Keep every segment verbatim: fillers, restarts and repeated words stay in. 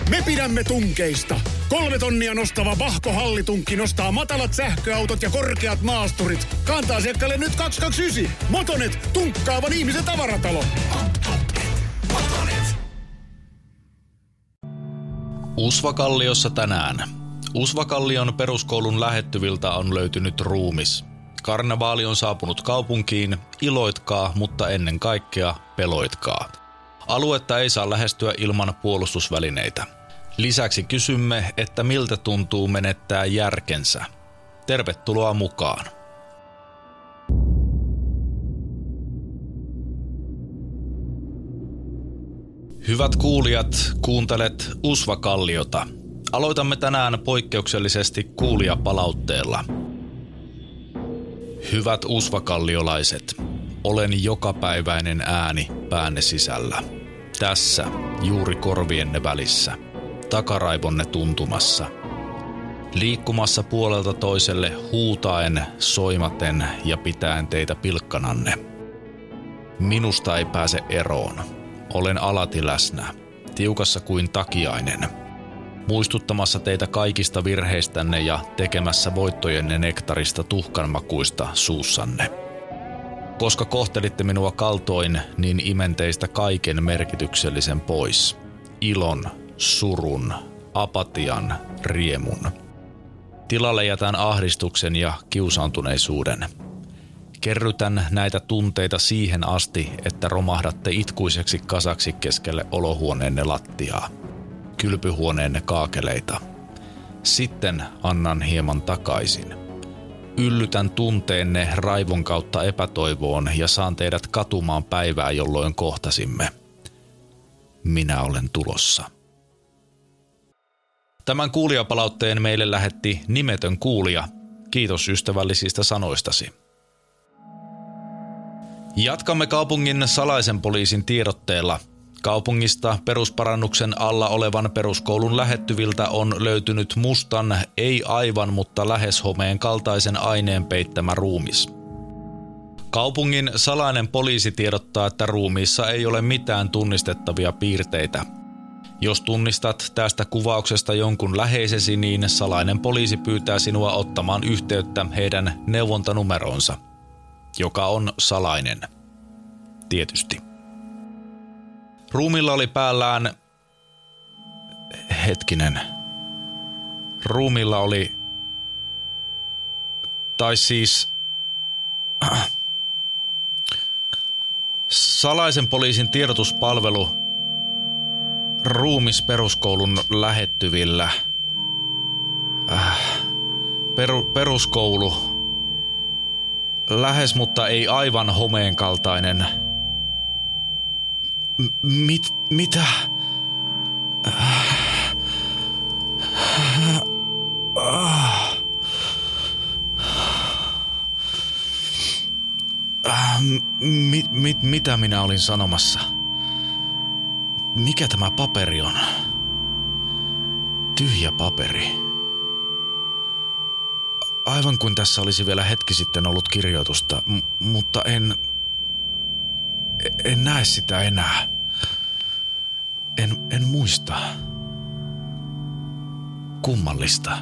Me pidämme tunkeista. Kolme tonnia nostava Vahko Hallitunkki nostaa matalat sähköautot ja korkeat maasturit. Kanta-asiakkaalle nyt kaksisataakaksikymmentäyhdeksän. Motonet, tunkkaavan ihmisen tavaratalo. Motonet. Usvakalliossa tänään. Usvakallion peruskoulun lähettyviltä on löytynyt ruumis. Karnevaali on saapunut kaupunkiin, iloitkaa, mutta ennen kaikkea peloitkaa. Aluetta ei saa lähestyä ilman puolustusvälineitä. Lisäksi kysymme, että miltä tuntuu menettää järkensä. Tervetuloa mukaan. Hyvät kuulijat, kuuntelet Usvakalliota. Aloitamme tänään poikkeuksellisesti kuulijapalautteella. Hyvät usvakalliolaiset, olen jokapäiväinen ääni päänne sisällä. Tässä, juuri korvienne välissä, takaraivonne tuntumassa. Liikkumassa puolelta toiselle huutaen, soimaten ja pitäen teitä pilkkananne. Minusta ei pääse eroon. Olen alati läsnä, tiukassa kuin takiainen. Muistuttamassa teitä kaikista virheistänne ja tekemässä voittojenne nektarista tuhkanmakuista suussanne. Koska kohtelitte minua kaltoin, niin imen teistä kaiken merkityksellisen pois. Ilon, surun, apatian, riemun. Tilalle jätän ahdistuksen ja kiusaantuneisuuden. Kerrytän näitä tunteita siihen asti, että romahdatte itkuiseksi kasaksi keskelle olohuoneenne lattiaa. Kylpyhuoneenne kaakeleita. Sitten annan hieman takaisin. Yllytän tunteenne raivon kautta epätoivoon ja saan teidät katumaan päivää, jolloin kohtasimme. Minä olen tulossa. Tämän kuulijapalautteen meille lähetti nimetön kuulija. Kiitos ystävällisistä sanoistasi. Jatkamme kaupungin salaisen poliisin tiedotteella. Kaupungista perusparannuksen alla olevan peruskoulun lähettyviltä on löytynyt mustan, ei aivan, mutta lähes homeen kaltaisen aineen peittämä ruumis. Kaupungin salainen poliisi tiedottaa, että ruumiissa ei ole mitään tunnistettavia piirteitä. Jos tunnistat tästä kuvauksesta jonkun läheisesi, niin salainen poliisi pyytää sinua ottamaan yhteyttä heidän neuvontanumeronsa, joka on salainen. Tietysti. Ruumilla oli päällään... Hetkinen. Ruumilla oli... Tai siis... Salaisen poliisin tiedotuspalvelu. Ruumis peruskoulun lähettyvillä. Peru, peruskoulu. Lähes, mutta ei aivan homeen kaltainen. Mit, mitä? Mit, mit, mitä minä olin sanomassa? Mikä tämä paperi on? Tyhjä paperi. Aivan kuin tässä olisi vielä hetki sitten ollut kirjoitusta, m- mutta en... En näe sitä enää. En, en muista. Kummallista.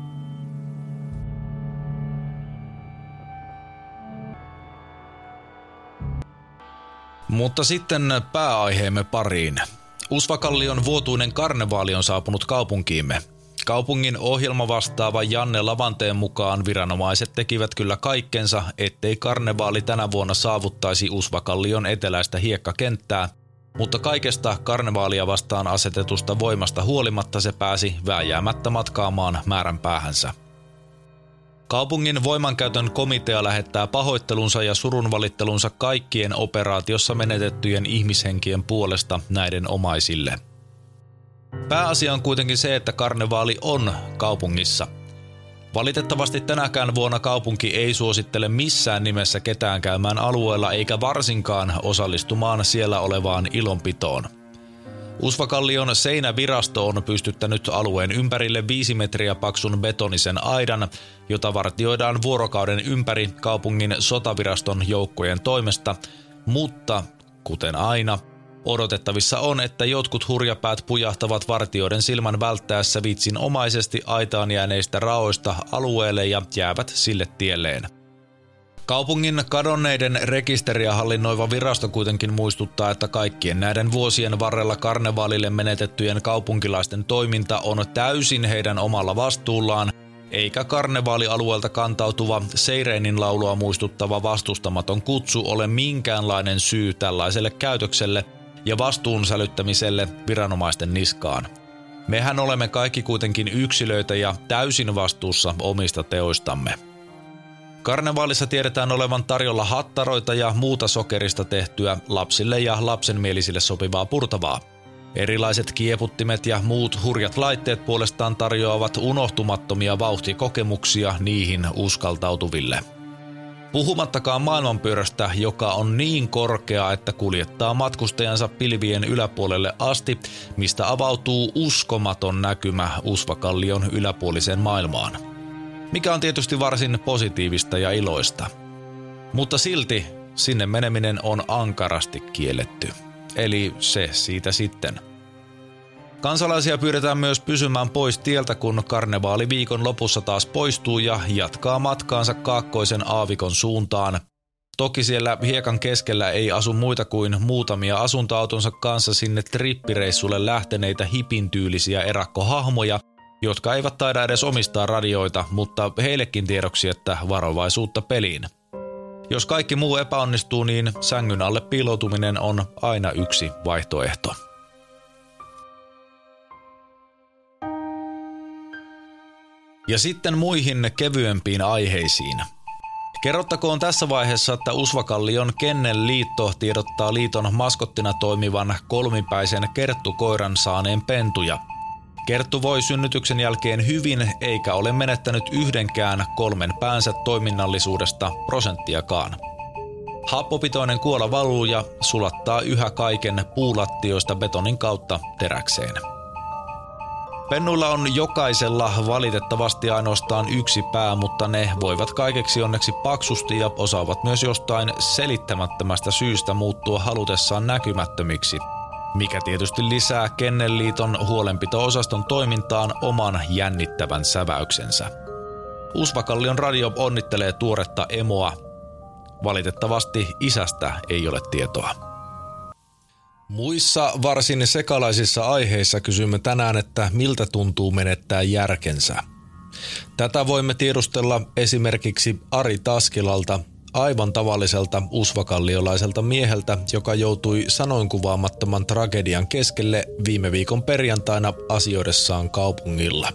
Mutta sitten pääaiheemme pariin. Usvakallion vuotuinen karnevaali on saapunut kaupunkiimme. Kaupungin ohjelmavastaava Janne Lavanteen mukaan viranomaiset tekivät kyllä kaikkensa, ettei karnevaali tänä vuonna saavuttaisi Usvakallion eteläistä hiekkakenttää, mutta kaikesta karnevaalia vastaan asetetusta voimasta huolimatta se pääsi vääjäämättä matkaamaan määränpäähänsä. Kaupungin voimankäytön komitea lähettää pahoittelunsa ja surunvalittelunsa kaikkien operaatiossa menetettyjen ihmishenkien puolesta näiden omaisille. Pääasia on kuitenkin se, että karnevaali on kaupungissa. Valitettavasti tänäkään vuonna kaupunki ei suosittele missään nimessä ketään käymään alueella eikä varsinkaan osallistumaan siellä olevaan ilonpitoon. Usvakallion seinävirasto on pystyttänyt alueen ympärille viisi metriä paksun betonisen aidan, jota vartioidaan vuorokauden ympäri kaupungin sotaviraston joukkojen toimesta, mutta kuten aina, Odotettavissa on, että jotkut hurjapäät pujahtavat vartijoiden silmän välttäessä vitsinomaisesti aitaan jääneistä raoista alueelle ja jäävät sille tielleen. Kaupungin kadonneiden rekisteriä hallinnoiva virasto kuitenkin muistuttaa, että kaikkien näiden vuosien varrella karnevaalille menetettyjen kaupunkilaisten toiminta on täysin heidän omalla vastuullaan, eikä karnevaalialueelta kantautuva seireenin laulua muistuttava vastustamaton kutsu ole minkäänlainen syy tällaiselle käytökselle ja vastuun sälyttämiselle viranomaisten niskaan. Mehän olemme kaikki kuitenkin yksilöitä ja täysin vastuussa omista teoistamme. Karnevaalissa tiedetään olevan tarjolla hattaroita ja muuta sokerista tehtyä lapsille ja lapsenmielisille sopivaa purtavaa. Erilaiset kieputtimet ja muut hurjat laitteet puolestaan tarjoavat unohtumattomia vauhtikokemuksia niihin uskaltautuville. Puhumattakaan maailmanpyörästä, joka on niin korkea, että kuljettaa matkustajansa pilvien yläpuolelle asti, mistä avautuu uskomaton näkymä Usvakallion yläpuoliseen maailmaan. Mikä on tietysti varsin positiivista ja iloista. Mutta silti sinne meneminen on ankarasti kielletty. Eli se siitä sitten. Kansalaisia pyydetään myös pysymään pois tieltä, kun karnevaali viikon lopussa taas poistuu ja jatkaa matkaansa kaakkoisen aavikon suuntaan. Toki siellä hiekan keskellä ei asu muita kuin muutamia asuntoautonsa kanssa sinne trippireissulle lähteneitä hipintyylisiä erakkohahmoja, jotka eivät taida edes omistaa radioita, mutta heillekin tiedoksi, että varovaisuutta peliin. Jos kaikki muu epäonnistuu, niin sängyn alle piiloutuminen on aina yksi vaihtoehto. Ja sitten muihin kevyempiin aiheisiin. Kerrottakoon tässä vaiheessa, että Usvakallion Kennelliitto tiedottaa liiton maskottina toimivan kolmipäisen kerttukoiran saaneen pentuja. Kerttu voi synnytyksen jälkeen hyvin, eikä ole menettänyt yhdenkään kolmen päänsä toiminnallisuudesta prosenttiakaan. Happopitoinen kuola valuu ja sulattaa yhä kaiken puulattioista betonin kautta teräkseen. Pennuilla on jokaisella valitettavasti ainoastaan yksi pää, mutta ne voivat kaikeksi onneksi paksusti ja osaavat myös jostain selittämättömästä syystä muuttua halutessaan näkymättömiksi, mikä tietysti lisää Kennelliiton huolenpito-osaston toimintaan oman jännittävän säväyksensä. Usvakallion radio onnittelee tuoretta emoa. Valitettavasti isästä ei ole tietoa. Muissa varsin sekalaisissa aiheissa kysymme tänään, että miltä tuntuu menettää järkensä. Tätä voimme tiedustella esimerkiksi Ari Taskilalta, aivan tavalliselta usvakalliolaiselta mieheltä, joka joutui sanoinkuvaamattoman tragedian keskelle viime viikon perjantaina asioidessaan kaupungilla.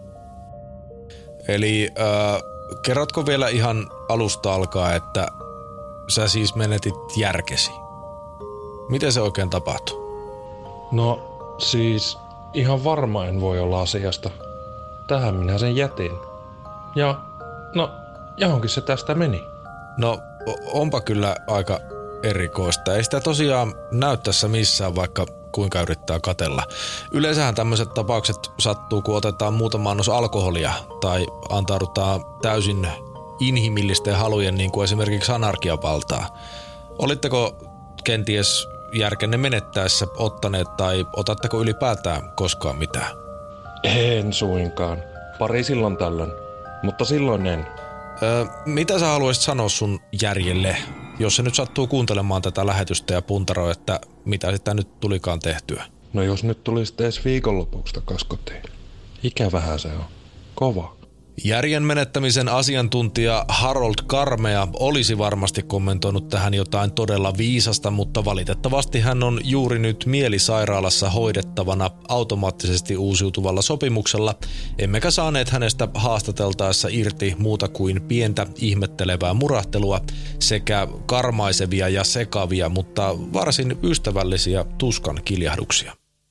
Eli äh, kerrotko vielä ihan alusta alkaa, että sä siis menetit järkesi? Miten se oikein tapahtui? No siis ihan varma en voi olla asiasta. Tähän minä sen jätin. Ja no johonkin se tästä meni. No onpa kyllä aika erikoista. Ei sitä tosiaan näy tässä missään, vaikka kuinka yrittää katella. Yleensähän tämmöiset tapaukset sattuu, kun otetaan muutama annos alkoholia tai antaudutaan täysin inhimillisten halujen, niin kuin esimerkiksi anarkiapaltaa. Olitteko kenties järkenne menettäessä ottaneet tai otatteko ylipäätään koskaan mitään? En suinkaan. Pari silloin tällöin, mutta silloin en. Öö, mitä sä haluaisit sanoa sun järjelle, jos se nyt sattuu kuuntelemaan tätä lähetystä ja puntaroi, että mitä sitä nyt tulikaan tehtyä? No jos nyt tulisit edes viikonlopuksi takas kotiin. Ikävähän se on. Kova. Järjen menettämisen asiantuntija Harold Karmea olisi varmasti kommentoinut tähän jotain todella viisasta, mutta valitettavasti hän on juuri nyt mielisairaalassa hoidettavana automaattisesti uusiutuvalla sopimuksella, emmekä saaneet hänestä haastateltaessa irti muuta kuin pientä ihmettelevää murahtelua sekä karmaisevia ja sekavia, mutta varsin ystävällisiä tuskan kiljahduksia.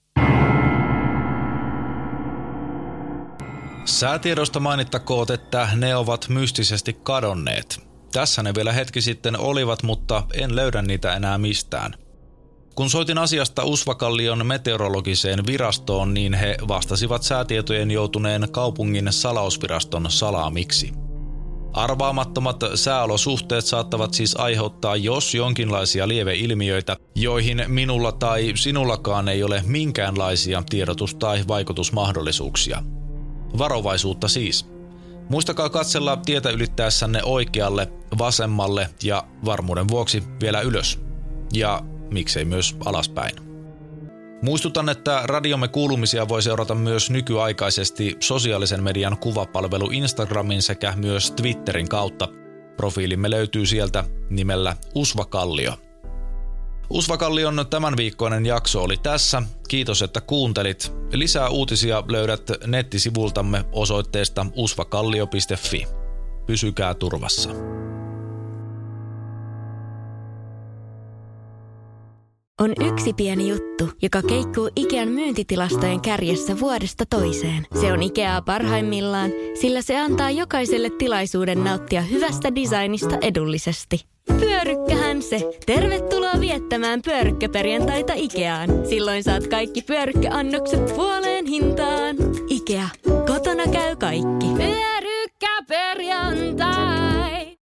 Säätiedosta mainittakoot, että ne ovat mystisesti kadonneet. Tässä ne vielä hetki sitten olivat, mutta en löydä niitä enää mistään. Kun soitin asiasta Usvakallion meteorologiseen virastoon, niin he vastasivat säätietojen joutuneen kaupungin salausviraston salaamiksi. Arvaamattomat sääolosuhteet saattavat siis aiheuttaa jos jonkinlaisia lieveilmiöitä, joihin minulla tai sinullakaan ei ole minkäänlaisia tiedotus- tai vaikutusmahdollisuuksia. Varovaisuutta siis. Muistakaa katsella tietä ylittäessänne oikealle, vasemmalle ja varmuuden vuoksi vielä ylös. Ja miksei myös alaspäin. Muistutan, että radiomme kuulumisia voi seurata myös nykyaikaisesti sosiaalisen median kuvapalvelu Instagramin sekä myös Twitterin kautta. Profiilimme löytyy sieltä nimellä Usva Kallio. Usva Kallion tämänviikkoinen jakso oli tässä. Kiitos, että kuuntelit. Lisää uutisia löydät nettisivultamme osoitteesta usvakallio piste fi. Pysykää turvassa. On yksi pieni juttu, joka keikkuu Ikean myyntitilastojen kärjessä vuodesta toiseen. Se on Ikeaa parhaimmillaan, sillä se antaa jokaiselle tilaisuuden nauttia hyvästä designista edullisesti. Pyörykkähän se! Tervetuloa viettämään pyörykkäperjantaita Ikeaan. Silloin saat kaikki pyörykkäannokset puoleen hintaan. Ikea. Kotona käy kaikki. Pyörykkäperjantai!